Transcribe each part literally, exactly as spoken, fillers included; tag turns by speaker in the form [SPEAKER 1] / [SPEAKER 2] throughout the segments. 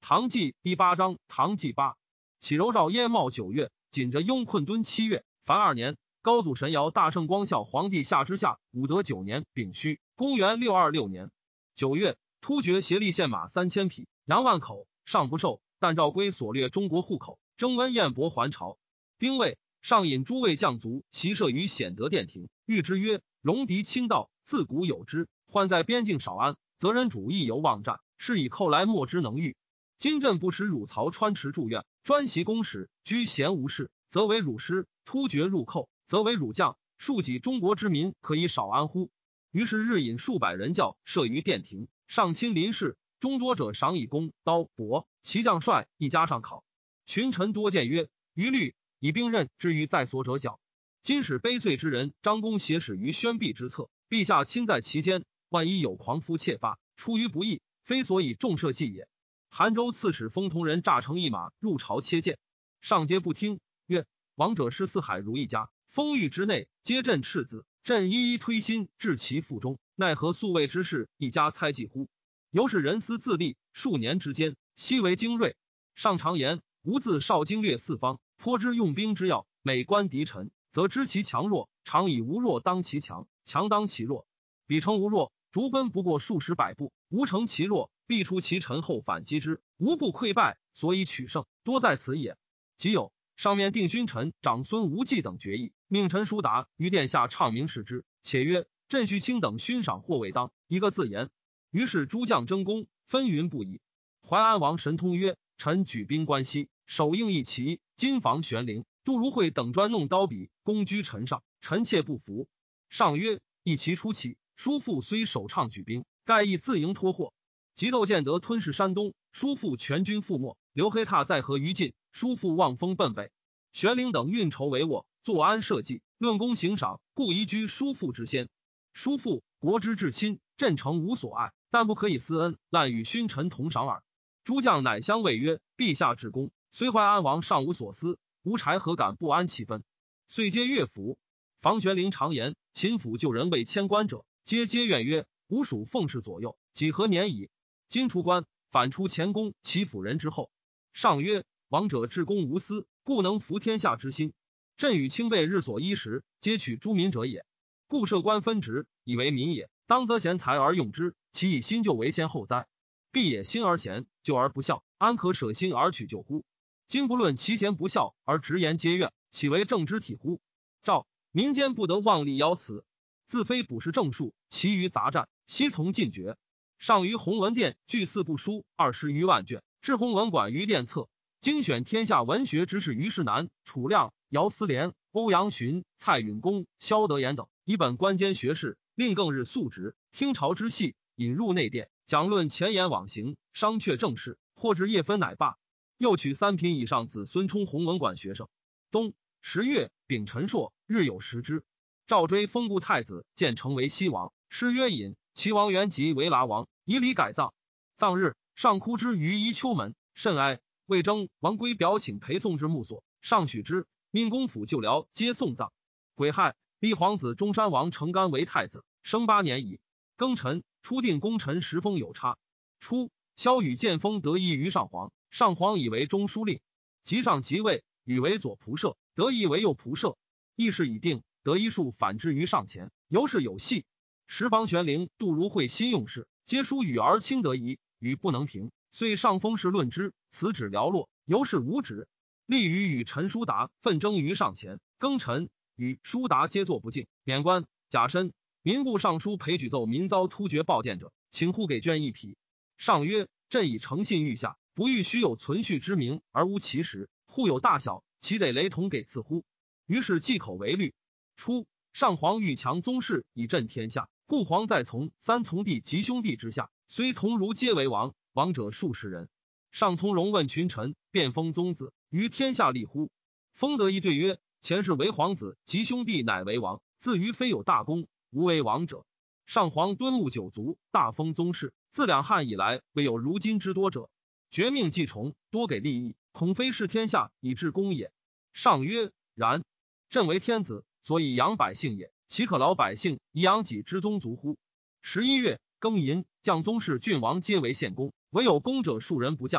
[SPEAKER 1] 唐纪第八章，唐纪八。启柔诏燕茂九月，锦着雍困敦七月，凡二年，高祖神尧大圣光孝皇帝下之下，武德九年丙戌，公元六二六年九月，突厥协力献马三千匹，羊万口，上不受。但诏归所掠中国户口，征温彦博还朝。丁未，上引诸位将卒习射于显德殿庭，谕之曰：戎狄侵盗，自古有之，患在边境少安，则人主义犹妄战，是以寇来莫之能御。今朕不使汝曹川池驻院，专习公使，居闲无事，则为汝师；突厥入寇，则为汝将。庶几中国之民，可以少安乎？于是日引数百人教设于殿庭，上亲临事，众多者赏以弓刀帛，其将帅一家上考。群臣多谏曰：余虑以兵刃之于在所者剿。今使悲罪之人张公挟使于宣弼之侧，陛下亲在其间，万一有狂夫窃发，出于不义，非所以重射计也。韩州刺史封同人诈乘一马入朝切谏，上皆不听，曰：王者失四海如一家，封域之内皆朕赤子，朕一一推心至其腹中，奈何素位之事一家猜忌乎？由是人思自立，数年之间，悉为精锐。上常言：吾自少经略四方，颇知用兵之要，每观敌臣，则知其强弱，常以无弱当其强，强当其弱。彼诚无弱，逐奔不过数十百步，吾乘其弱，必出其臣后反击之，无不溃败，所以取胜，多在此也。即有上面定勋臣长孙无忌等决议，命陈叔达于殿下唱明示之，且曰：朕须卿等勋赏或未当，一个自言。于是诸将争功，纷纭不已。淮安王神通曰：臣举兵关西，首应一旗，今防玄陵，杜如晦等专弄刀笔，攻居臣上，臣妾不服。上曰：一旗初起，叔父虽首倡举兵，盖亦自营脱祸。及窦建德吞噬山东，叔父全军覆没，刘黑闼在河于禁，叔父望风奔北。玄陵等运筹帷幄，坐安社稷，论功行赏，故宜居叔父之先。叔父国之至亲，朕诚无所爱，但不可以私恩，滥与勋臣同赏耳。诸将乃相谓曰：陛下至公，虽淮安王尚无所思，吴柴何敢不安其分？遂皆乐服。房玄龄常言：秦府救人为千官者，皆皆怨曰：吾属奉侍左右，几何年矣？今出关，反出前功其辅人之后。上曰：王者至公无私，故能服天下之心。朕与卿辈日所衣食，皆取诸民者也。故设官分职，以为民也，当则贤才而用之，其以新旧为先后哉？必也新而贤，旧而不孝，安可舍新而取旧乎？今不论其贤不孝，而直言皆怨，岂为政之体乎？诏民间不得妄立邀辞，自非卜筮正数，其余杂战，悉从禁绝。上于弘文殿具四部书二十余万卷，至弘文馆于殿册，精选天下文学之士于世南、楚亮、姚思廉、欧阳询、蔡允公、萧德言等，以本官间学士，令更日素职，听朝之戏，引入内殿，讲论前言往行，商榷政事，或至夜分乃罢。又取三品以上子孙充弘文馆学生。冬十月丙辰朔，日有食之。赵追封故太子，建成为西王，谥曰尹。其王元吉为剌王，以礼改葬。葬日，上哭之于宜丘门，甚哀。魏征、王圭表请陪送至墓所，上许之，命公府旧僚皆送葬。癸亥，立皇子中山王成干为太子，生八年矣。庚辰，初定功臣时封有差。初，萧羽见封得意于上皇，上皇以为中书令。即上即位，羽为左仆射，得意为右仆射。议事已定，得一数反之于上前，由是有隙。时房玄龄、杜如晦新用事，皆疏与而亲得宜，与不能平，遂上封事论之，此旨寥落，由是无止。立于与陈叔达奋争于上前，庚辰，与叔达皆作不敬，免官，甲申，民部尚书裴举奏民遭突厥暴见者，请户给绢一匹。上曰：朕以诚信御下，不欲须有存续之名而无其实，户有大小，其得雷同给赐乎？于是忌口为律。初，上皇欲强宗室以振天下，故皇在从三从弟及兄弟之下，虽同儒皆为王，王者数十人。上从容问群臣，便封宗子，于天下立乎？封得一对曰：前世为皇子，及兄弟乃为王，自于非有大功，无为王者。上皇敦睦九族，大封宗室，自两汉以来，未有如今之多者。绝命既崇，多给利益，恐非是天下以致公也。上曰：然。朕为天子，所以养百姓也，岂可劳百姓以养己之宗族乎？十一月，庚寅，将宗室郡王皆为献公，唯有公者数人不降。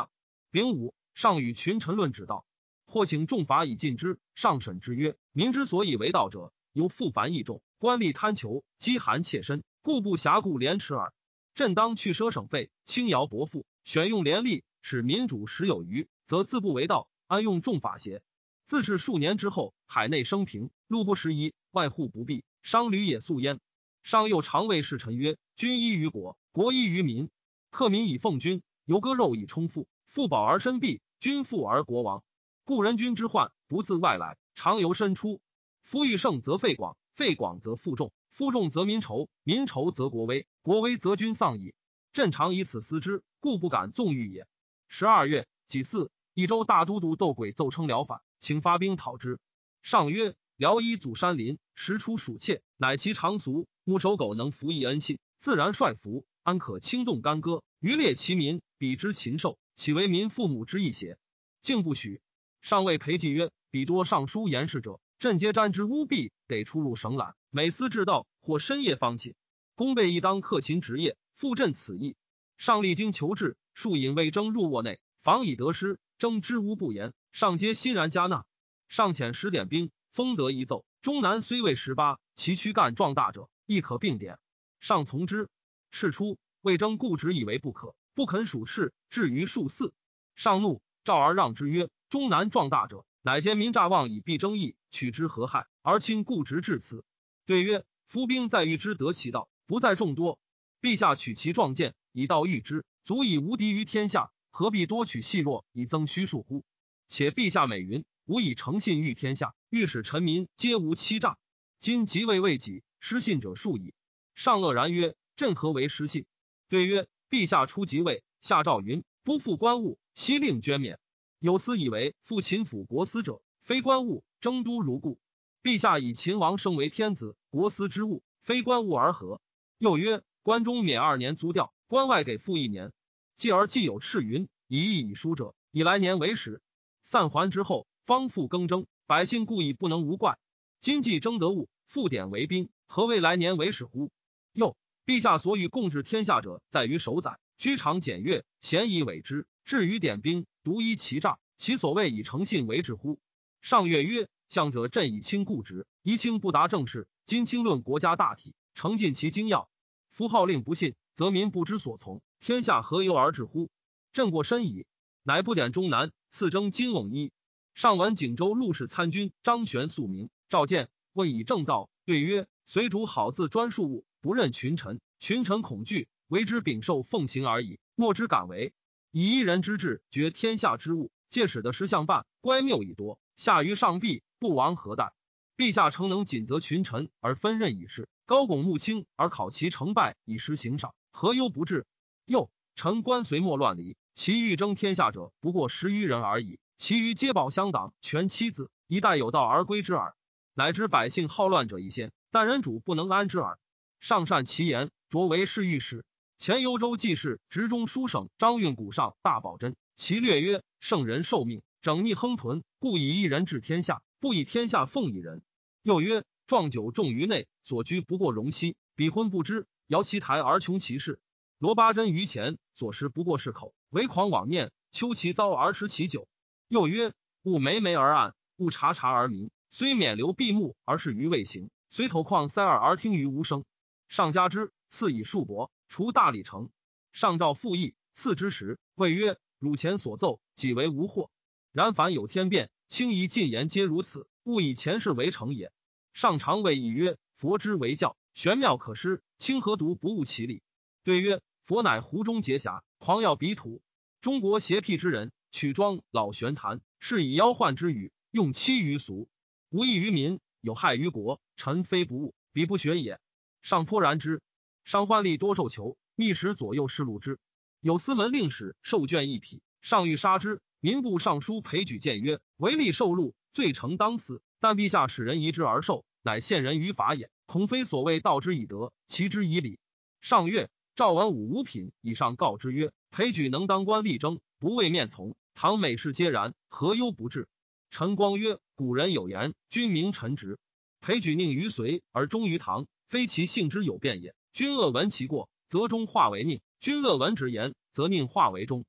[SPEAKER 1] 丙午，上与群臣论指道，或请重罚以禁之。上审之曰：民之所以为道者，由复繁益众，官吏贪求，饥寒切身，故不暇顾廉耻耳。朕当去奢省费，轻徭薄赋，选用廉吏，使民主实有余，则自不为道，安用重法邪？自是数年之后，海内生平，路不拾遗，外户不闭，商旅也肃焉。上又常谓侍臣曰：君依于国，国依于民。克民以奉君，犹割肉以充腹，富保而身弊，君富而国亡。故人君之患，不自外来，常由身出。夫欲盛则废广，废广则富重，富重则民仇，民仇则国危，国危则君丧矣。朕常以此思之，故不敢纵欲也。十二月己巳，益州大都督窦轨奏称辽反，请发兵讨之。上曰：辽依祖山林，实出属妾，乃其常俗。牧守狗能服役恩信，自然率服，安可轻动干戈，渔猎其民，比之禽兽，岂为民父母之意邪？竟不许。上谓裴寂曰：彼多上书言事者，朕皆瞻之污弊，得出入省览，每思治道，或深夜方寝。公备亦当克勤职业，复朕此意。上历经求治，数引魏征入沃内，防以得失，征知无不言，上皆欣然加纳。上遣十点兵，封得一奏。中南虽未十八，其躯干壮大者，亦可并典。上从之。赤初，魏征固执以为不可，不肯属赤，至于数四。上怒，召而让之曰：中南壮大者，乃兼民诈妄以避征议，取之何害，而亲固执至此。对曰：夫兵在御之得其道，不在众多。陛下取其壮健，以道御之，足以无敌于天下，何必多取细弱以增虚数乎？且陛下美云：吾以诚信御天下，欲使臣民皆无欺诈。今即位未己，失信者数矣。上愕然曰：朕何为失信？对曰：陛下初即位，下诏云：不复官务，悉令捐免。有司以为复秦府国司者，非官务，征都如故。陛下以秦王升为天子，国司之务，非官务而何？又曰：关中免二年租调，关外给付一年。继而既有敕云：以役以书者，以来年为始。散还之后，方复更征，百姓故意不能无怪。今既征得物，复典为兵，何谓来年为始乎？又陛下所欲共治天下者，在于守宰，居常检阅，咸以委之。至于典兵，独依其诈，其所谓以诚信为治乎？上月曰：向者朕以轻固执，宜轻不达政事，今轻论国家大体，诚尽其精要。夫号令不信，则民不知所从，天下何由而治乎？朕过深矣。乃不典中南，赐征金瓮衣。上闻景州陆氏参军张玄素名，召见，问以正道。对曰：随主好自专庶务，不任群臣，群臣恐惧，为之秉受奉行而已，莫之敢为。以一人之志决天下之物，借使的十相伴，乖谬以多，下于上陛，不亡何待？陛下诚能谨责群臣而分任以事，高拱穆卿而考其成败以施行赏，何忧不至？又臣官随莫乱离，其欲争天下者不过十余人而已，其余皆保乡党，全妻子，一代有道而归之耳。乃知百姓好乱者一先，但人主不能安之耳。上善其言，擢为侍御史。前幽州记事直中书省张运古上大宝珍，其略曰：圣人受命，整逆亨屯，故以一人治天下，不以天下奉一人。又曰：壮酒重于内，所居不过容膝，比婚不知，摇其台而穷其事。罗八珍于前，所食不过是口，唯狂妄念，秋其糟而吃其酒。又曰：勿眉眉而暗，勿察察而明，虽免流闭目而视于未行，虽头旷塞耳而听于无声。上加之，赐以数帛，除大理城。上诏复议，赐之时，谓曰：汝前所奏，己为无惑。然凡有天变，轻夷进言皆如此，勿以前世为成也。上常谓以曰：佛之为教，玄妙可施，清何独不悟其理？对曰：佛乃湖中结匣，狂耀彼土。中国邪僻之人，曲庄老玄谈，是以妖幻之语，用欺于俗，无益于民，有害于国。臣非不悟，彼不学也。上颇然之。上患吏多受囚，密使左右侍录之。有司门令史受卷一匹，上欲杀之。民部尚书裴举谏曰：违吏受禄，罪成当死，但陛下使人疑之而受，乃陷人于法也，恐非所谓道之以德，其之以礼。上曰：赵文武五品以上告之曰：裴举能当官力争，不为面从，唐美事皆然，何忧不至？陈光曰：古人有言，君明臣直。裴举宁于隋而忠于唐，非其性之有变也。君恶闻其过，则忠化为宁；君乐闻直言，则宁化为忠。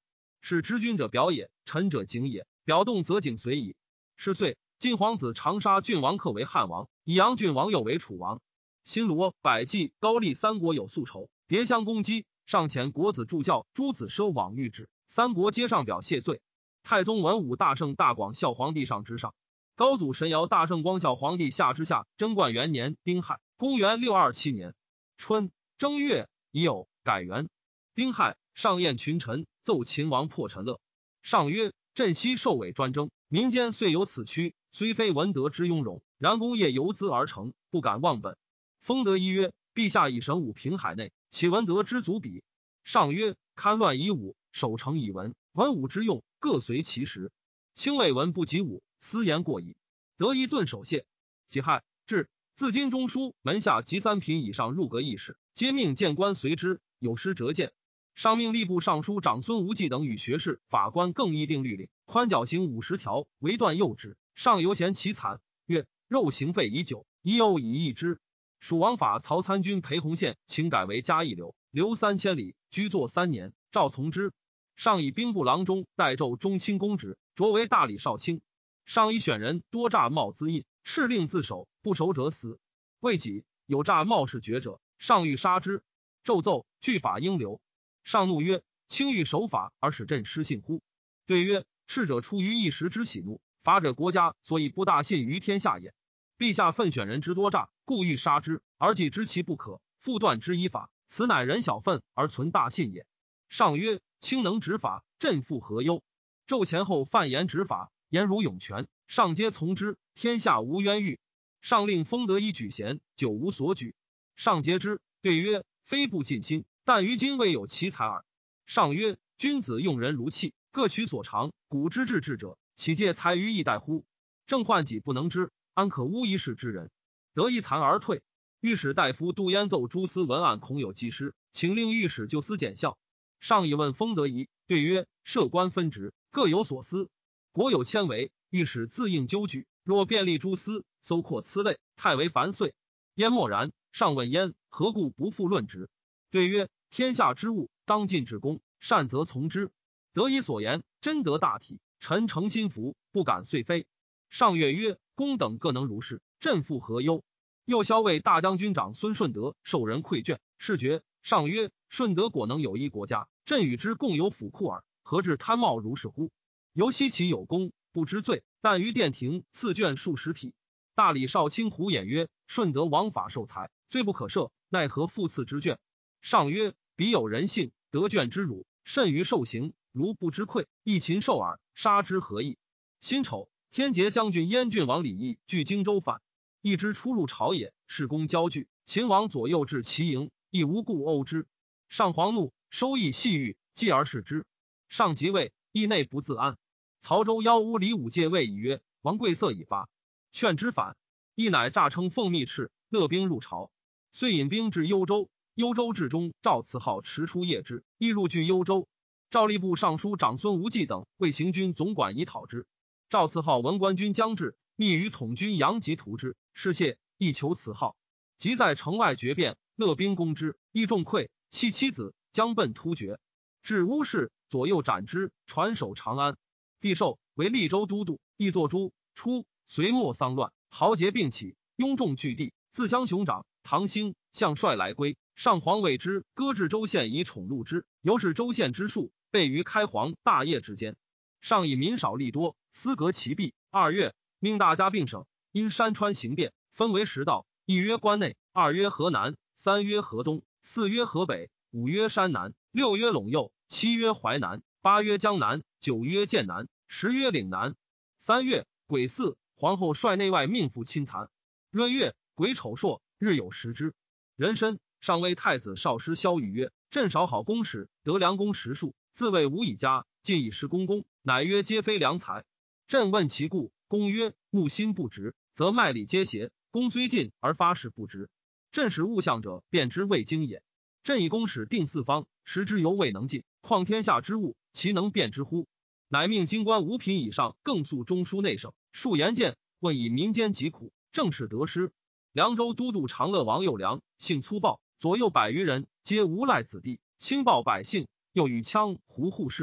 [SPEAKER 1] 是知君者表也，臣者景也。表动则景随矣。是岁，晋皇子长沙郡王克为汉王，以阳郡王右为楚王。新罗、百济、高丽三国有宿仇，迭相攻击。上遣国子助教朱子奢往谕之，三国皆上表谢罪。太宗文武大圣大广孝皇帝上之上，高祖神尧大圣光孝皇帝下之下。贞观元年丁亥，公元六二七年春正月乙酉，改元。丁亥，上宴群臣，奏秦王破陈乐。上曰：朕昔受委专征，民间虽有此屈，虽非文德之雍容，然功业由兹而成，不敢忘本。封德一曰：陛下以神武平海内，岂文德之足比？上曰：勘乱以武，守成以文，文武之用，各随其时。卿谓文不及武，私言过矣。德一顿守谢。己亥，至，自今中书门下及三品以上入阁议事，皆命谏官随之，有失折谏。上命吏部尚书长孙无忌等与学士、法官更议定律令，宽绞刑五十条，为断右之。上犹嫌其惨，曰：肉刑废已久，已有以易之。蜀王法曹参军裴弘宪请改为嘉义留，留三千里，居坐三年，赵从之。上以兵部郎中代胄中卿公职，擢为大理少卿。上以选人多诈冒资印，敕令自首，不守者死。未几，有诈冒士爵者，上欲杀之。奏奏据法应留。上怒曰：卿欲守法而使朕失信乎？对曰：敕者出于一时之喜怒，法者国家所以不大信于天下也。陛下分选人之多诈，故欲杀之，而既知其不可，复断之以法，此乃人小愤而存大信也。上曰：卿能执法，朕复何忧？纣前后犯言执法，言如涌泉，上皆从之，天下无冤狱。上令封德一举贤，久无所举。上节之，对曰：非不尽心，但于今未有其才耳。上曰：君子用人如器，各取所长，古之治治者，岂借才于一代乎？正患己不能知，安可污一世之人？得一残而退。御史大夫杜淹奏诸司文案，恐有积失，请令御史就司检校。上以问封德仪，对曰：设官分职，各有所司，国有千为，御史自应纠举。若便利诸司，搜括此类，太为繁碎。焉默然。上问焉：何故不复论职？对曰：天下之物，当尽至公，善则从之。得以所言，真得大体，臣诚心服，不敢遂非。上悦曰：公等各能如是，朕复何忧？又萧为大将军长孙顺德受人馈卷，是爵。上曰：顺德果能有一国家，朕与之共有府库耳，何至贪冒如是乎？犹惜其有功，不知罪，但于殿庭赐卷数十匹。大理少卿胡衍曰：顺德王法受财，罪不可赦，奈何复赐之卷？上曰：彼有人性，得卷之辱，甚于受刑，如不知愧，亦禽兽耳，杀之何益？辛丑，天节将军燕郡王李毅据荆州反，一之出入朝野，事功交据，秦王左右至其营，亦无故殴之。上惶怒，收益细狱，继而视之。上即位，邑内不自安。曹州妖巫李武介谓以曰：王贵色已发，劝之反。亦乃诈称奉密敕，勒兵入朝，遂引兵至幽州。幽州至中，赵慈浩驰出夜之，亦入据幽州。赵吏部尚书长孙无忌等为行军总管以讨之。赵慈浩闻官军将至，密与统军杨吉图之，是谢，亦求慈浩。即在城外决变，勒兵攻之，亦众溃，弃妻子，将奔突厥。至乌市，左右斩之，传守长安。帝寿为利州都督，亦作诸。初，隋末丧乱，豪杰并起，拥众据地，自相雄长。唐兴相率来归，上皇谓之，割至州县以宠禄之，由是州县之数，备于开皇大业之间。上以民少力多，私革其弊。二月，命大家并省，因山川形变，分为十道：一曰关内，二曰河南，三曰河东，四曰河北，五曰山南，六曰陇右，七曰淮南，八曰江南，九曰剑南，十曰岭南。三月，癸巳，皇后率内外命妇亲残。闰月，癸丑朔，日有食之。壬申，上谓太子少师萧瑀曰：朕少好公使，得良公十数，自谓无以加，尽以失公公，乃曰皆非良才。朕问其故，公曰：木心不直，则脉里皆邪。公虽进而发誓不直，朕使物象者，便知未经也。朕以公使定四方，时之犹未能尽，况天下之物，其能辨之乎？乃命京官五品以上更诉中书内省，述言谏，问以民间疾苦，政事得失。凉州都督长乐王右良，性粗暴，左右百余人，皆无赖子弟，轻暴百姓，又与羌胡互市。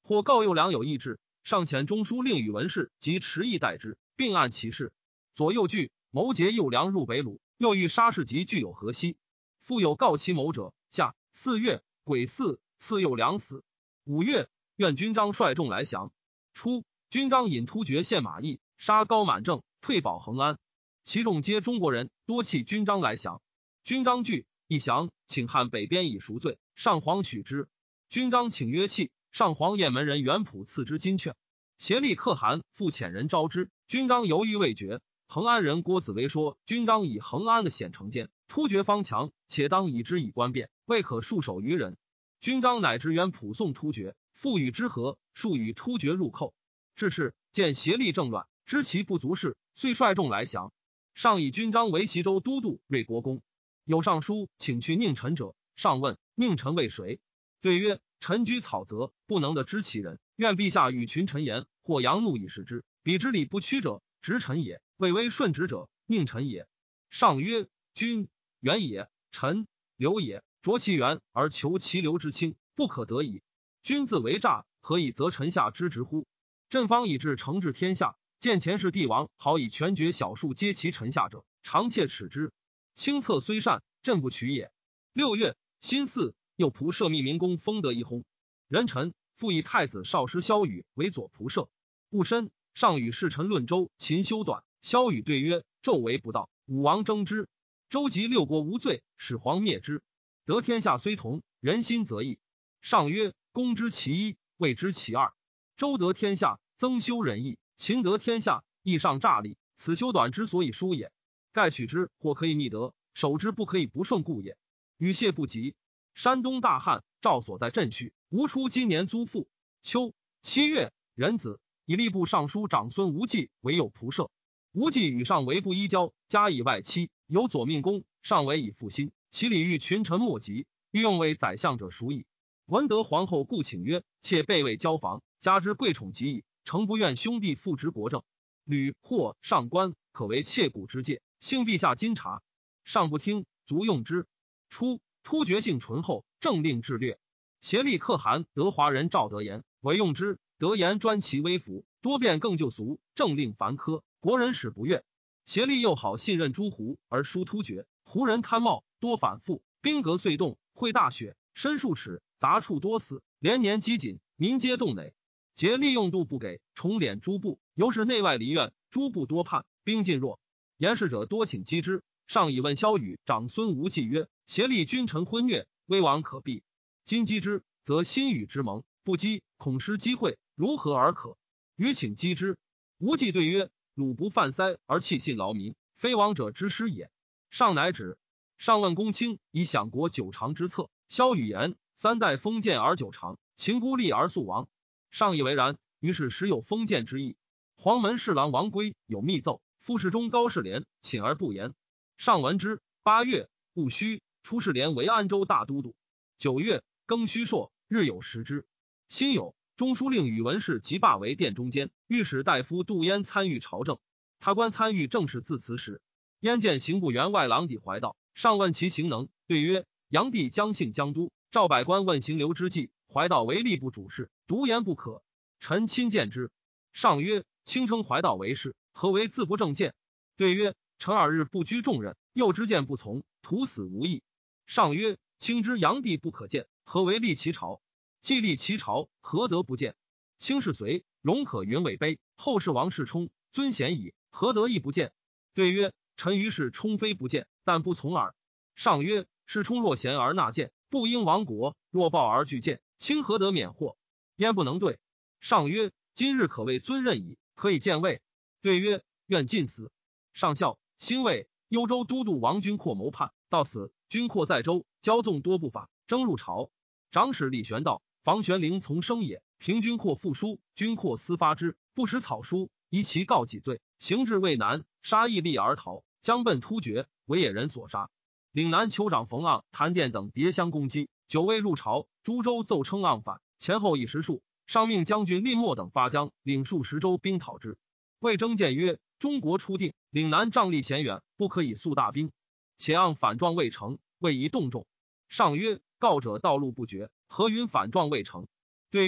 [SPEAKER 1] 或告右良有意志，上遣中书令与文士及持意代之，并按其事。左右惧，谋结右良入北鲁，又欲杀士及具有河西。复有告其谋者。下四月，癸巳，赐右良死。五月，愿军章率众来降。初，军章引突厥献马邑，杀高满正，退保恒安。其众皆中国人，多弃军章来降。军章惧，一降，请汉北边以赎罪。上皇许之。军章请约弃，上皇雁门人元普赐之金券。协力可汗复遣人招之，军章犹豫未决。恒安人郭子维说，军章以恒安的险城间，突厥方强，且当以之以官变，未可束手于人。军章乃至元普送突厥，复与之和，数与突厥入寇。至是，见协力政乱，知其不足事，遂率众来降。上以军章为西州都督、瑞国公。有上书请去宁臣者，上问宁臣为谁？对曰：臣居草泽，不能得知其人，愿陛下与群臣言，或扬怒以示之。彼之礼不屈者，直臣也；位威顺直者，宁臣也。上曰：君元也，臣刘也。着其元而求其流之轻，不可得矣。君自为诈，何以择臣下之职乎？朕方以至承治天下，见前世帝王好以权爵小数皆其臣下者，常切齿之。清策虽善，朕不取也。六月，辛巳，右仆射密民公封得一薨。人臣复以太子少师萧瑀为左仆射。戊申，上与侍臣论周，秦修短。萧瑀对曰：纣为不道，武王争之。周及六国无罪，始皇灭之。得天下虽同，人心则异。上曰：公知其一，谓之其二。周得天下，增修仁义；秦得天下，义上诈立。此修短之所以疏也。盖取之，或可以逆德；守之，不可以不顺故也。与谢不及。山东大旱，赵所在镇序，吴出今年租赋。秋七月，壬子，以吏部尚书长孙无忌为右仆射。无忌与上为不依交，加以外戚，有左命公，上为以复心。其礼遇群臣莫及，欲用为宰相者孰矣。闻得皇后故请曰：妾备位交房，加之贵宠极矣，诚不愿兄弟复执国政。吕或上官可为切骨之戒，幸陛下金察。上不听，卒用之。初，突厥性淳厚，政令治略。协力可汗德华人赵德言为用之，德言专其威服，多变更旧俗，政令繁苛，国人使不悦。协力又好信任诸胡而疏突厥，胡人贪冒，多反复，兵革遂动，会大雪，深数尺，杂处多死，连年饥馑，民皆动馁。节利用度不给，重敛诸部，由是内外离怨，诸部多叛，兵尽弱。言事者多请击之。上以问萧瑀长孙无忌曰：协力君臣昏虐，危亡可避。今击之，则心与之盟；不击，恐失机会，如何而可？余请击之。无忌对曰：鲁不犯塞而弃信劳民，非王者之师也。上乃止。上问公卿以享国九长之策。萧瑀言：三代封建而九长，秦孤立而速亡。上以为然，于是时有封建之意。黄门侍郎王圭有密奏，副侍中高士廉寝而不言。上闻之。八月，戊戌，出士廉为安州大都督。九月，庚戌朔，日有食之。辛酉，中书令宇文氏即罢为殿中监，御史大夫杜淹参与朝政。他官参与政事自辞时，焉见刑部员外郎抵怀道，上问其行能，对曰：炀帝将幸江都，赵百官问行流之际，怀道为吏部主事，独言不可。臣亲见之。上曰：卿称怀道为事，何为自不正见？对曰：臣尔日不居重任，又知见不从，徒死无益。上曰：卿知炀帝不可见，何为立其朝？既立其朝，何得不见？卿是隋，容可云为卑，后世王世充尊贤矣，何得亦不见？对曰：臣于是充非不见，但不从耳。上曰：世充若贤而纳谏，不应亡国；若暴而拒谏，卿何得免祸？焉不能对。上曰：今日可谓尊任矣，可以见位。对曰：愿尽死。上笑。辛未，幽州都督王君阔谋叛，到死。君阔在州，骄纵多不法，征入朝。长史李玄道、房玄龄从生也，凭君阔复书，君阔私发之，不识草书，疑其告己罪，行至渭南，杀义吏而逃，将奔突厥，为野人所杀。岭南酋长冯盎、谭殿等迭相攻击，久未入朝。诸州奏称盎反，前后以十数。上命将军令默等发将，领数十州兵讨之。魏征谏曰：中国初定，岭南瘴疠险远，不可以速大兵。且盎反状未成，未宜动众。上曰：告者道路不绝，何云反状未成？对曰：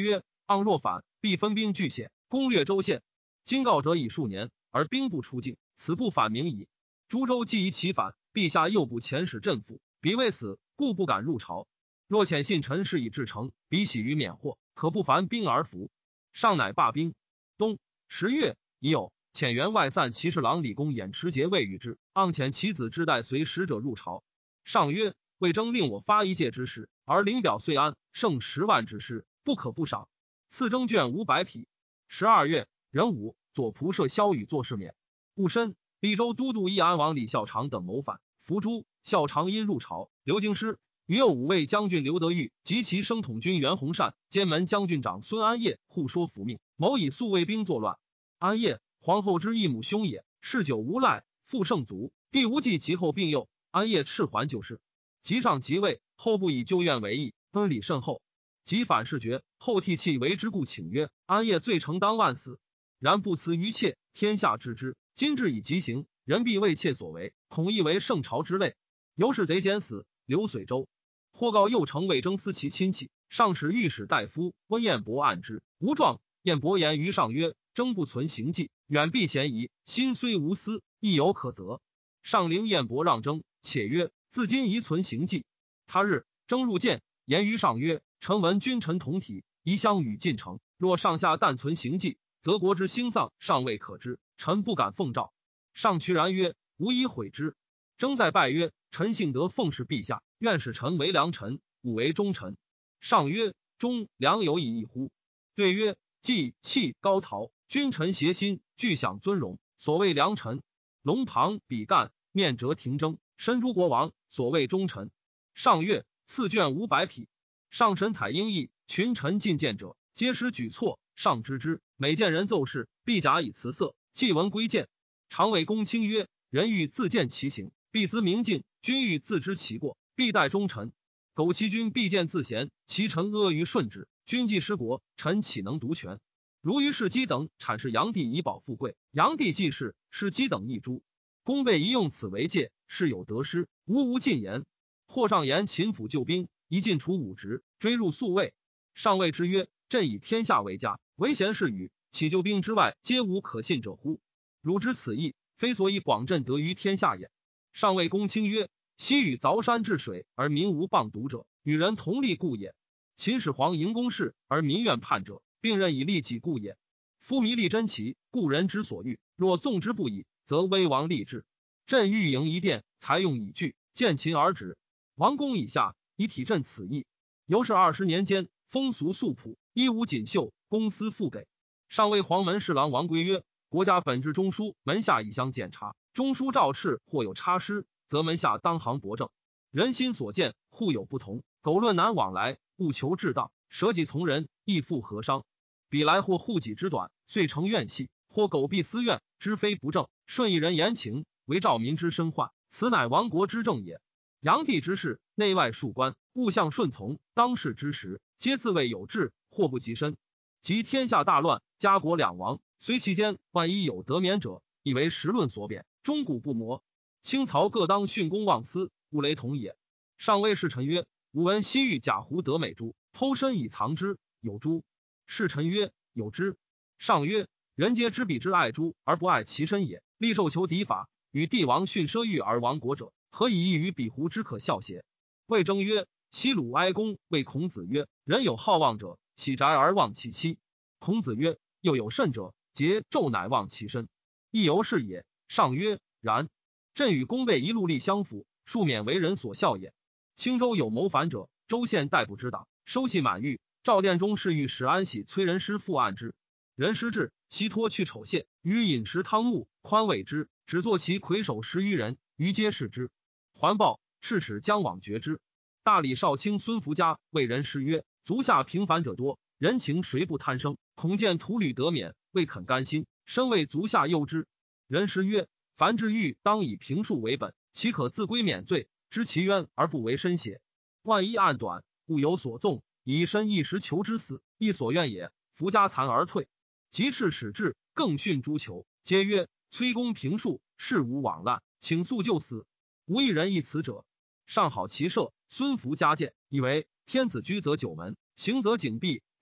[SPEAKER 1] 盎若反，必分兵拒险，攻略州县。今告者已数年，而兵不出境，此不反明矣。诸州既疑其反，陛下又不遣使镇抚，彼未死，故不敢入朝。若遣信臣事以至诚，彼喜于免祸，可不烦兵而服。上乃罢兵。冬十月，已有遣员外散骑侍郎李公演持节未与之，盎遣其子之代随使者入朝。上曰：魏征令我发一介之事，而领表遂安，胜十万之师，不可不赏。赐征卷五百匹。十二月，壬午，左仆射萧宇作事免。戊申，利州都督义安王李孝常等谋反，伏诛。孝常因入朝，留京师。余右武卫将军刘德裕及其生统军袁弘善、监门将军长孙安业互说服命，谋以速卫兵作乱。安业，皇后之异母兄也，嗜酒无赖，父圣族，弟无忌及后病幼。安业斥还就事，及上即位，后不以旧怨为义，恩礼甚厚。及反事决，后替弃为之，故请曰：安业罪承当万死，然不辞于妾，天下知之。今至以极刑，人必为妾所为，恐亦为圣朝之类。由是得减死。刘随州。或告右丞魏征思其亲戚，上使御史大夫温彦博案之，无状。彦博言于上曰：征不存行迹，远避嫌疑，心虽无私，亦有可责。上令彦博让征，且曰：自今宜存行迹。他日，征入见，言于上曰：臣闻君臣同体，宜相与进城，若上下但存行迹，则国之兴丧尚未可知，臣不敢奉诏。上屈然曰：吾以悔之。征在拜曰：臣幸得奉侍陛下，愿使臣为良臣，吾为忠臣。上曰：忠良有以异乎？对曰：既弃高陶，君臣协心，俱享尊荣，所谓良臣。龙庞比干，面折廷争，身诸国王，所谓忠臣。上月，赐卷五百匹。上神采英毅，群臣进谏者，皆施举措。上知之，每见人奏事，必假以辞色，既闻归谏。常谓公卿曰：人欲自见其行，必自明镜；君欲自知其过，必待忠臣。苟其君必见自贤，其臣阿谀顺之，君既失国，臣岂能独权？如于世基等阐释炀帝以保富贵，炀帝既是世基等一诛。公备宜用此为戒，事有得失，无无进言。或上言秦府救兵，一尽除武职，追入宿卫。上谓之曰：朕以天下为家，唯贤是与，岂救兵之外，皆无可信者乎？汝知此意，非所以广朕得于天下也。上谓公卿曰：昔与凿山治水而民无谤读者，与人同利故也。秦始皇迎公事而民怨叛者，并任以利己故也。夫弥利珍奇，故人之所欲，若纵之不已，则危亡立志。朕欲营一殿，才用以拒，见秦而止。王公以下，以体朕此意。由是二十年间，风俗素朴，衣无锦绣，公私复给。上谓黄门侍郎王圭曰：国家本制中书，门下以相检查，中书诏敕或有差失，则门下当行驳正。人心所见，互有不同，苟论难往来，务求至当，舍己从人，亦复何伤？彼来或护己之短，遂成怨隙；或苟避私怨，知非不正，顺一人言情，为兆民之身患，此乃亡国之政也。炀帝之事，内外庶官，务相顺从，当世之时，皆自谓有志，祸不及身。及天下大乱，家国两亡，虽其间万一有得免者，以为时论所贬，终古不磨。清曹各当训公忘私，勿雷同也。上谓侍臣曰：吾闻西域贾胡得美珠，偷身以藏之，有诸？侍臣曰：有之。上曰：人皆知彼之爱珠而不爱其身也，立受求敌法，与帝王训奢欲而亡国者，何以异于彼胡之可笑邪？魏征曰：西鲁哀公谓孔子曰：人有好望者，起宅而忘其妻。孔子曰：又有甚者，桀纣乃忘其身，亦犹是也。上曰：然。朕与公备一路力相辅，庶免为人所笑也。青州有谋反者，州县逮捕之党，收系满狱。赵殿中侍御史安喜催人师复案之，人师至，悉脱去丑屑，于饮食汤沐，宽慰之，只作其魁首十余人，余皆视之。环抱赤齿将往绝之。大理少卿孙福家为人师曰：足下平凡者多，人情谁不贪生？恐见徒履得免，未肯甘心，身为足下忧之。人师曰：凡治狱当以平数为本，岂可自归免罪，知其冤而不为深邪？万一案短，勿有所纵，以身一时求之死，亦所愿也。福家残而退，及赤使至，更训诸囚，皆曰：崔公平数，事无往滥，请速就死。无一人议此者。上好其社，孙福家谏，以为天子居则九门，行则景闭，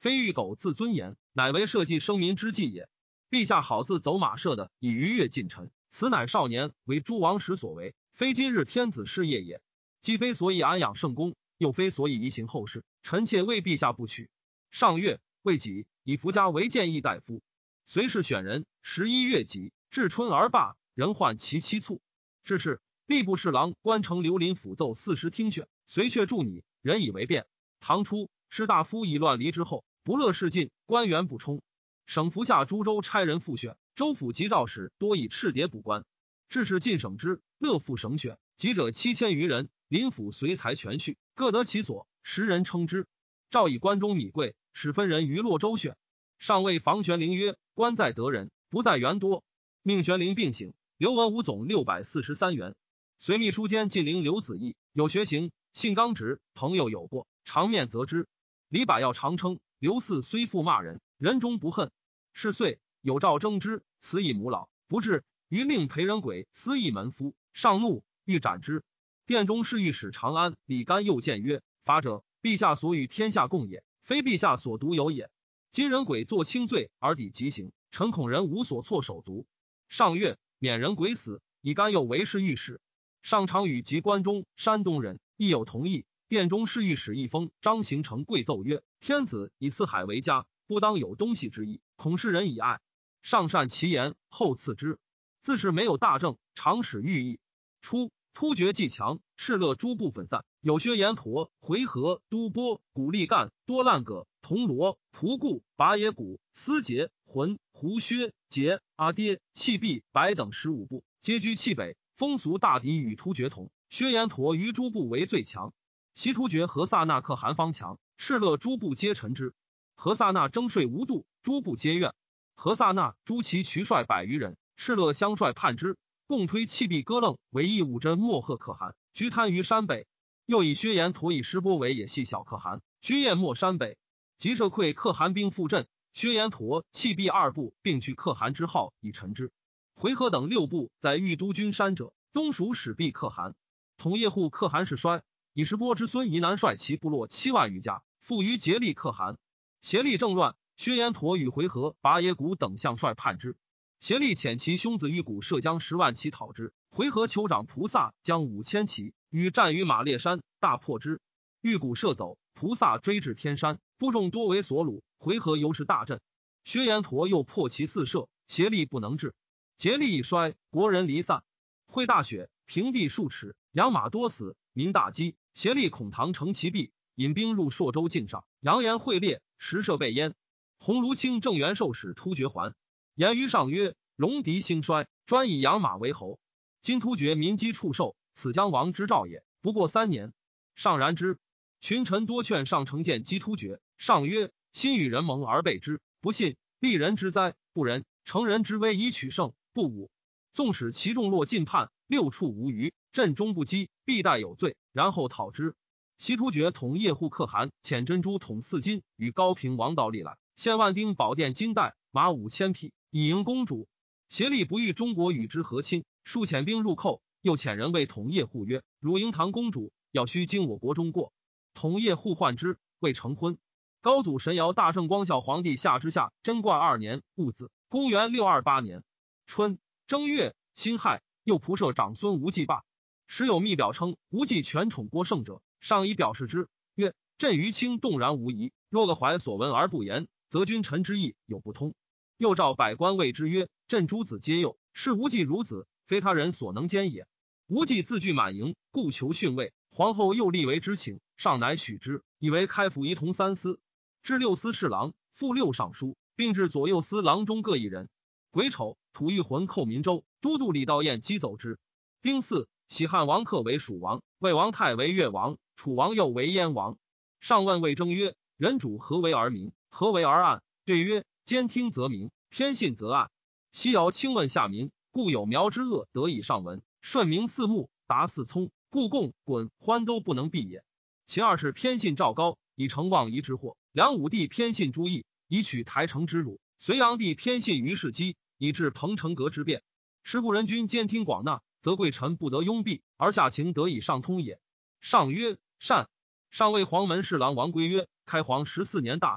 [SPEAKER 1] 非欲苟自尊言，乃为社稷生民之计也。陛下好自走马射的，以逾越近臣，此乃少年为诸王时所为，非今日天子事业也。既非所以安养圣公，又非所以移行后世，臣妾为陛下不取。上月，未己，以福家为谏议大夫。随是选人，十一月己，至春而罢，人患其妻卒。至是，吏部侍郎关城刘林辅奏四时听选，随却助拟，人以为变。唐初，士大夫以乱离之后，不乐事尽，官员不充。省服下诸州差人复选，州府及诏使多以赤牒补官。致使进省之，乐复省选，籍者七千余人，林府随才全序，各得其所，时人称之。诏以关中米贵，使分人于洛州选。上谓房玄龄曰：官在得人，不在员多。命玄龄并省，刘文武总六百四十三元。随秘书监晋陵刘子义，有学行，性刚直，朋友有过，常面责之。李百药常称刘四虽负骂人，人中不恨。是岁，有诏征之，辞以母老，不至，于令裴仁轨司议门夫，上怒，欲斩之。殿中侍御史长安李干又谏曰：法者，陛下所与天下共也，非陛下所独有也。今仁轨作轻罪而抵极刑，臣恐人无所措手足。上月，免仁轨死，以干又为侍御史。上常与及关中、山东人亦有同意。殿中侍御史一封张行成跪奏曰：天子以四海为家，不当有东西之意，恐世人以爱。上善其言，后赐之。自是没有大政，常使御意。初，突厥既强，敕勒诸部分散，有薛延陀、回纥、都波、古力干、多烂葛、铜锣、仆固、拔野谷、思节、浑、胡薛、节、阿爹、契必、白等十五部，皆居契北。风俗大抵与突厥同，薛延陀于诸部为最强。西突厥和萨那可汗方强，敕勒诸部皆臣之。和萨那征税无度，诸部皆怨。和萨那诸其渠率百余人，敕勒相率叛之，共推契必哥楞为义武真莫贺可汗，居贪于山北。又以薛延陀以师波为也系小可汗，居燕莫山北。及射溃可汗兵复阵，薛延陀、契必二部并据可汗之号以臣之。回纥等六部在豫都君山者，东属始毕可汗。统叶护可汗势衰，以石波之孙夷南率其部落七万余家，附于竭力可汗。协力政乱，薛延陀与回纥、拔野谷等相率叛之。协力遣其兄子玉谷射将十万骑讨之，回纥酋长菩萨将五千骑与战于马列山，大破之。玉谷射走，菩萨追至天山，部众多为所虏，回纥尤是大震。薛延陀又破其四射，协力不能治。竭力已衰，国人离散。会大雪，平地数尺，养马多死，民大饥。协力恐唐乘其弊，引兵入朔州境上，扬言会列，实设被淹。鸿胪卿正元受使突厥还，言于上曰：戎狄兴衰，专以养马为侯。今突厥民饥畜兽，此将亡之兆也。不过三年，上然之。群臣多劝上乘见击突厥，上曰：心与人盟而备之，不信，利人之灾；不仁，乘人之危以取胜，不武。纵使其众落尽叛，六处无余，阵中不击，必待有罪，然后讨之。西突厥统叶护可汗遣珍珠统四金与高平王道历来，献万丁宝殿金带，马五千匹，以迎公主。协力不欲中国与之和亲，数遣兵入寇，又遣人为统叶护曰：汝迎唐公主，要须经我国中过。统叶护患之，未成婚。高祖神尧大圣光孝皇帝下之下贞观二年戊子，公元六二八年春正月辛亥，又仆射长孙无忌罢。时有密表称无忌权宠郭胜者，上以表示之，曰：朕于卿动然无疑，若个怀所闻而不言，则君臣之意有不通。又召百官谓之曰：朕诸子皆幼，是无忌孺子，非他人所能兼也。无忌自据满盈，故求逊位。皇后又立为之请，上乃许之，以为开府仪同三司，至六司侍郎，副六尚书，并至左右司郎中各一人。癸丑，吐谷浑寇民州，都督李道彦击走之。丁巳，喜汉王克为蜀王，魏王泰为越王，楚王又为燕王。上问魏征曰：人主何为而明，何为而暗？对曰：兼听则明，偏信则暗。西尧轻问下民，故有苗之恶得以上闻，顺明四目，达四聪，故贡、滚、欢都不能避也。其二是偏信赵高，以成望夷之祸；梁武帝偏信朱毅，以取台城之辱；隋炀帝偏信于世基，以致彭城革之变。是故人君兼听广纳，则贵臣不得拥蔽，而下情得以上通也。上曰：善。上谓黄门侍郎王归曰：开皇十四年大旱，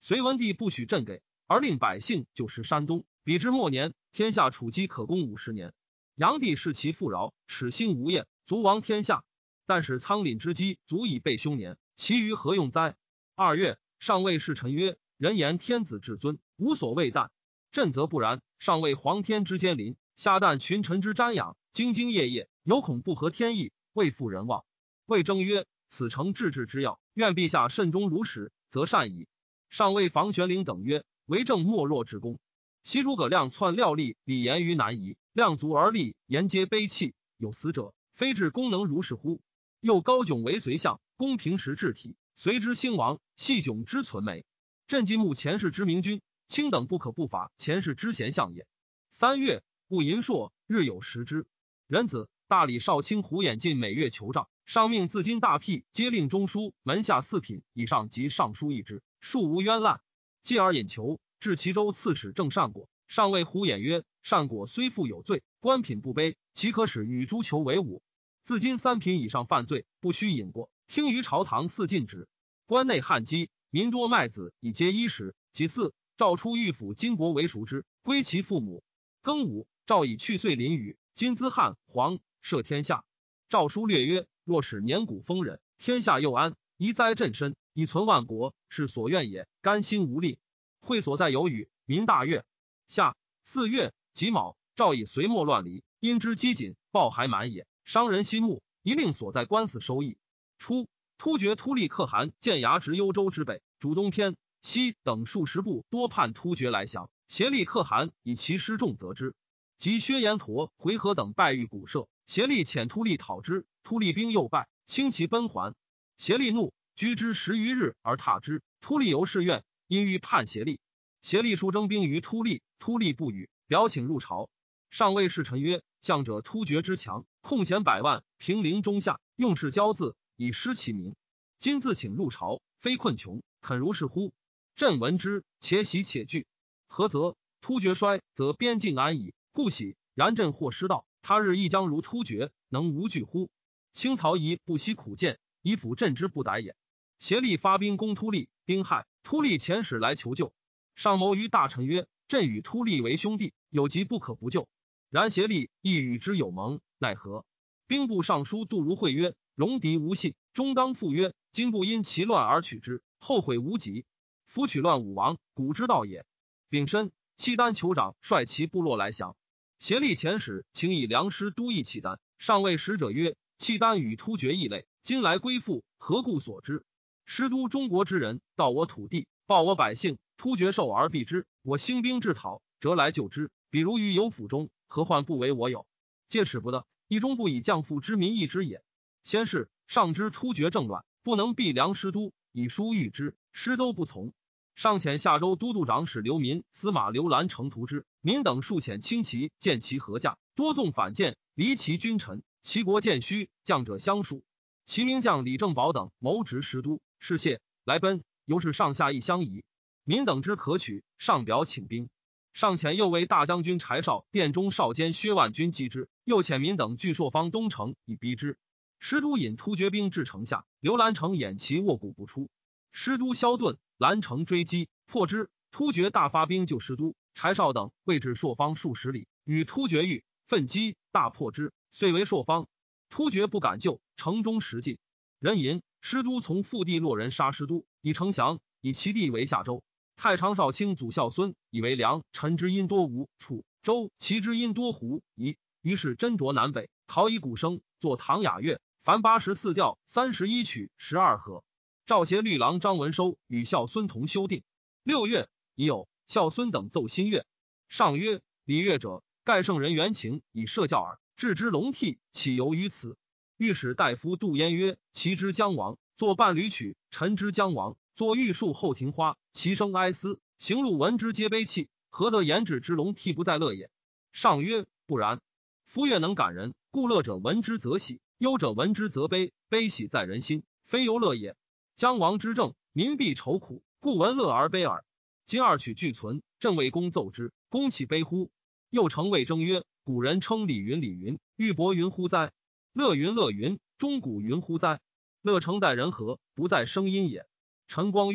[SPEAKER 1] 隋文帝不许镇给，而令百姓就食山东。比之末年，天下储积可攻五十年。炀帝视其富饶，耻心无厌，足亡天下。但使仓廪之积足以备凶年，其余何用哉？二月，上谓侍臣曰：人言天子至尊，无所谓惮。朕则不然，上谓皇天之监临，下旦群臣之瞻仰，兢兢业业，有恐不合天意，未负人望。魏征曰：此诚治治之要，愿陛下慎终如始，则善矣。上谓房玄龄等曰：为政莫若之功。昔诸葛亮篡廖立，李严于南夷，亮足而立，言皆悲泣，有死者，非至功能如是乎？又高炯为隋相，公平时治体，随之兴亡，系炯之存美。朕今目前世之明君，卿等不可不法前世之贤相也。三月，戊寅朔，日有食之。壬子，大理少卿胡衍进每月求账，上命自今大辟皆令中书门下四品以上及尚书一之，庶无冤滥。继而引求至齐州刺史郑善果，上谓胡衍曰：善果虽负有罪，官品不卑，岂可使与诸囚为伍？自今三品以上犯罪，不须引过，听于朝堂四禁止。关内旱饥，民多麦子以接衣食。其次，诏出御府金帛为赎之，归其父母。庚午，诏以去岁临雨，金资汉皇赦天下。诏书略曰：若使年谷丰稔，天下又安，宜哉朕身，以存万国，是所愿也，甘心无力。会所在有雨，民大悦。夏四月己卯，诏以隋末乱离，因之积谨，报还满也，伤人心目，一令所在官司收益。初，突厥突利可汗建牙直幽州之北，主东偏西等数十部多叛突厥来降，协力可汗以其师众责之。及薛延陀、回纥等败于古舍，协力遣突利讨之，突利兵又败，轻其奔还。协力怒，居之十余日而踏之。突利由是怨，因欲叛协力。协力数征兵于突利，突利不与，表请入朝。上谓侍臣曰：向者突厥之强，控贤百万，平陵中下，用事骄恣，以失其民。今自请入朝，非困穷，肯如是乎？朕闻之，且喜且惧。何则？突厥衰，则边境安矣，故喜。然朕或失道，他日亦将如突厥，能无惧乎？清曹仪不惜苦谏，以辅朕之不逮也。协力发兵攻突利，丁亥，突利遣使来求救。上谋于大臣曰：朕与突利为兄弟，有疾不可不救。然协力亦与之有盟，奈何？兵部尚书杜如会曰：戎狄无信，中当复曰：今不因其乱而取之，后悔无及。夫取乱武王，古之道也。丙申，契丹酋长率其部落来降。协力遣使请以粮食都邑契丹，上谓使者曰：契丹与突厥异类，今来归附，何故所之？师都中国之人，到我土地，报我百姓，突厥受而避之，我兴兵制讨，折来救之。比如于有府中，何患不为我有？戒使不得，一终不以将父之民义之也。先是，上知突厥政乱，不能避梁师都，以书谕之，师都不从。上遣夏州都督长史刘民、司马刘兰成图之，民等数遣轻骑见其合驾，多纵反间，离其君臣。齐国见虚，将者相属。齐名将李正宝等谋执师都，是谢来奔，由是上下一相疑。民等之可取，上表请兵。上遣右为大将军柴绍、殿中少监薛万军击之，又遣民等据朔方东城以逼之。师都引突厥兵至城下，刘兰成掩其卧骨不出。师都消遁，兰城追击，破之。突厥大发兵救师都，柴绍等未至朔方数十里，与突厥遇，奋击，大破之，遂为朔方。突厥不敢救，城中食尽。人吟师都从腹地落人杀师都，以城降，以其地为夏州。太常少卿祖孝孙以为梁、陈之因多吴、楚、周，齐之因多胡、夷。于是斟酌南北，考以鼓声，作唐雅乐，凡八十四调，三十一曲，十二和。赵协律郎张文收与孝孙同修订。六月，已有孝孙等奏新乐。上曰：礼乐者，盖圣人原情以设教耳，置之龙替，岂由于此？御史大夫杜淹曰：齐之将亡，作伴侣曲；陈之将亡，作玉树后庭花。其声哀思，行路闻之皆悲泣，何得言止之龙替不在乐也？上曰：不然。夫乐能感人，故乐者闻之则喜，忧者闻之则悲，悲喜在人心，非由乐也。将亡之政，民必愁苦，故闻乐而悲耳。今二曲俱存，朕为公奏之，公岂悲乎？又称魏征曰：古人称李云李云，玉帛云乎哉？乐云乐云，钟鼓云乎哉？乐成在人和，不在声音也。陈光曰：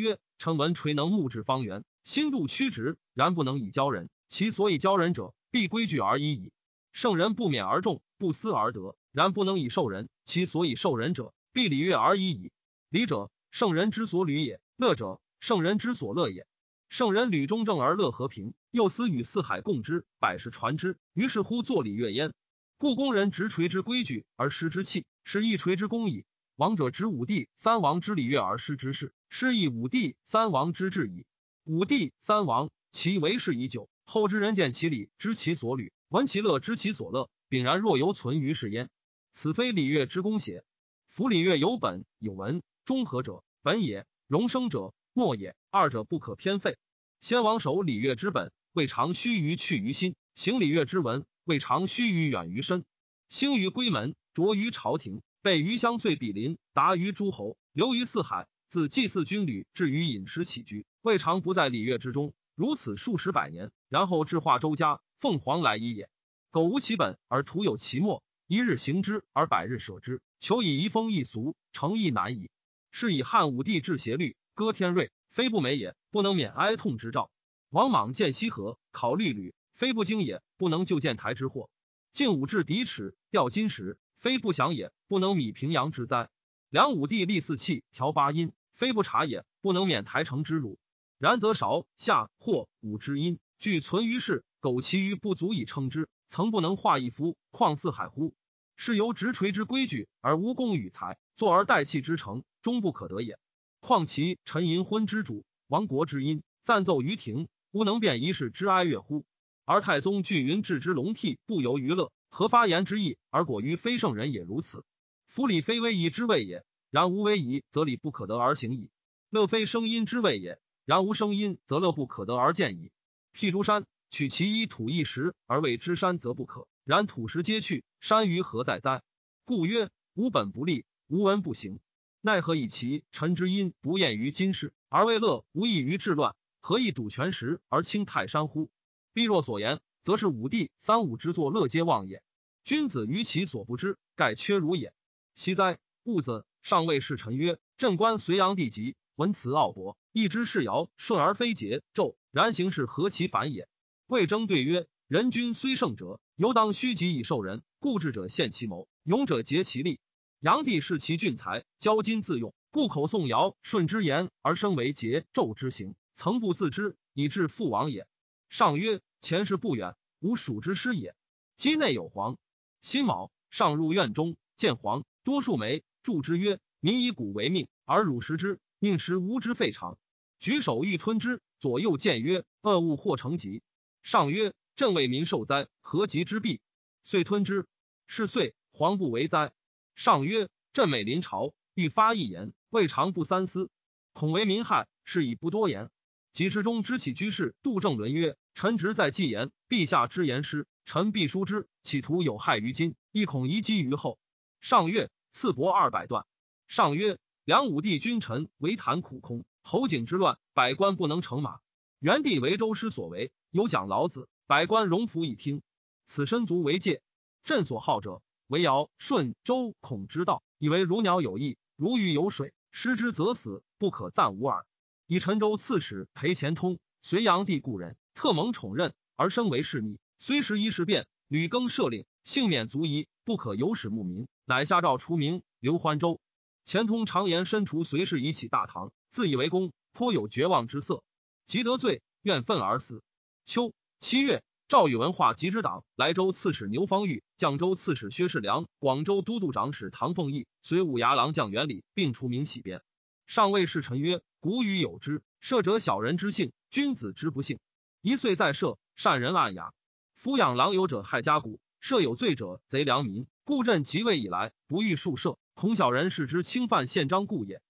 [SPEAKER 1] 臣闻垂能木质方圆，心度曲直，然不能以教人。其所以教人者，必规矩而已矣。圣人不免而重，不思而得，然不能以受人。其所以受人者，必礼乐而已矣。礼者，圣人之所履也；乐者，圣人之所乐也。圣人履中正而乐和平，又思与四海共之，百世传之，于是乎作礼乐焉。故工人执锤之规矩而失之器，是一锤之功矣。王者执五帝三王之礼乐而失之事，是亦五帝三王之治矣。五帝三王，其为世已久，后之人见其礼，知其所履，闻其乐，知其所乐，秉然若犹存于世焉。此非礼乐之功邪？夫礼乐有本有文，中和者本也，容生者末也，二者不可偏废。先王守礼乐之本，未尝须臾去于心；行礼乐之文，未尝须臾远于身。兴于闺门，着于朝廷，备于乡岁比邻，达于诸侯，流于四海，自祭祀军旅至于饮食起居，未尝不在礼乐之中。如此数十百年，然后至化周家，凤凰来矣也。苟无其本而徒有其末，一日行之而百日舍之，求以移风易俗，诚亦难矣。是以汉武帝治邪律，歌天瑞，非不美也，不能免哀痛之兆。王莽见西河，考虑履，非不精也，不能救建台之祸。晋武治敌齿，吊金石，非不祥也，不能弭平阳之灾。梁武帝立四气，调八音，非不察也，不能免台城之辱。然则韶夏或武之音，俱存于世，苟其余不足以称之，曾不能化一夫，况四海乎？是由执锤之规矩，而无功与才，坐而待气之成，终不可得也。况其陈淫昏之主，亡国之音，赞奏于庭，吾能辨一世之哀乐乎？而太宗据云置之龙替，不由于乐，何发言之意而果于非圣人也如此？夫礼非威仪之谓也，然无威仪，则礼不可得而行矣。乐非声音之谓也，然无声音，则乐不可得而见矣。譬诸山，取其一土一石而谓之山，则不可；然土石皆去，山于何在哉？故曰：无本不立，无文不行。奈何以其臣之音不厌于今世，而为乐无益于治乱？何以赌权石而轻泰山乎？必若所言，则是武帝三武之作乐皆忘也。君子于其所不知，盖缺如也。昔哉，戊子，上谓侍臣曰：朕观隋炀帝疾，文辞傲博，一之世尧，顺而非桀纣，然行事何其反也？魏征对曰：人君虽圣者，犹当虚己以受人。固志者献其谋，勇者竭其力。炀帝视其俊才，骄矜自用，故口颂尧舜之言，而生为桀纣之行，曾不自知，以致父亡也。上曰：前事不远，吾属之师也。畿内有黄。辛卯，上入院中，见黄，多数梅，祝之曰：民以谷为命，而汝食之，宁食无之废肠。举手欲吞之，左右谏曰：恶物或成疾。上曰：朕为民受灾，何疾之弊？遂吞之。是岁，黄不为灾。上曰：朕每临朝，欲发一言，未尝不三思，恐为民害，是以不多言。及时中知起居士杜正伦曰：臣职在纪言，陛下之言失，臣必书之，企图有害于今，亦恐遗积于后。上曰：赐帛二百段。上曰：梁武帝君臣为谈苦空，侯景之乱，百官不能乘马。元帝为周师所为，有讲老子，百官荣服以听。此身足为戒。朕所好者，为尧舜周孔之道，以为如鸟有翼，如鱼有水，失之则死，不可暂无耳。以陈州刺史裴虔通，隋炀帝故人，特蒙宠任，而生为侍逆，虽时一事变，屡更赦令，幸免足夷，不可有使牧民，乃下诏除名，刘欢州。虔通常言身除隋氏以起大唐，自以为功，颇有绝望之色，即得罪，怨愤而死。秋七月，赵宇文化集之党莱州刺史牛方玉、绛州刺史薛世良、广州都督长史唐凤义随五牙郎将元礼，并除名起编。上谓侍臣曰：古语有之，赦者小人之幸，君子之不幸。一岁在赦，善人暗雅。抚养郎有者害家谷，赦有罪者贼良民。故朕即位以来，不欲数赦，恐小人视之侵犯宪章故也。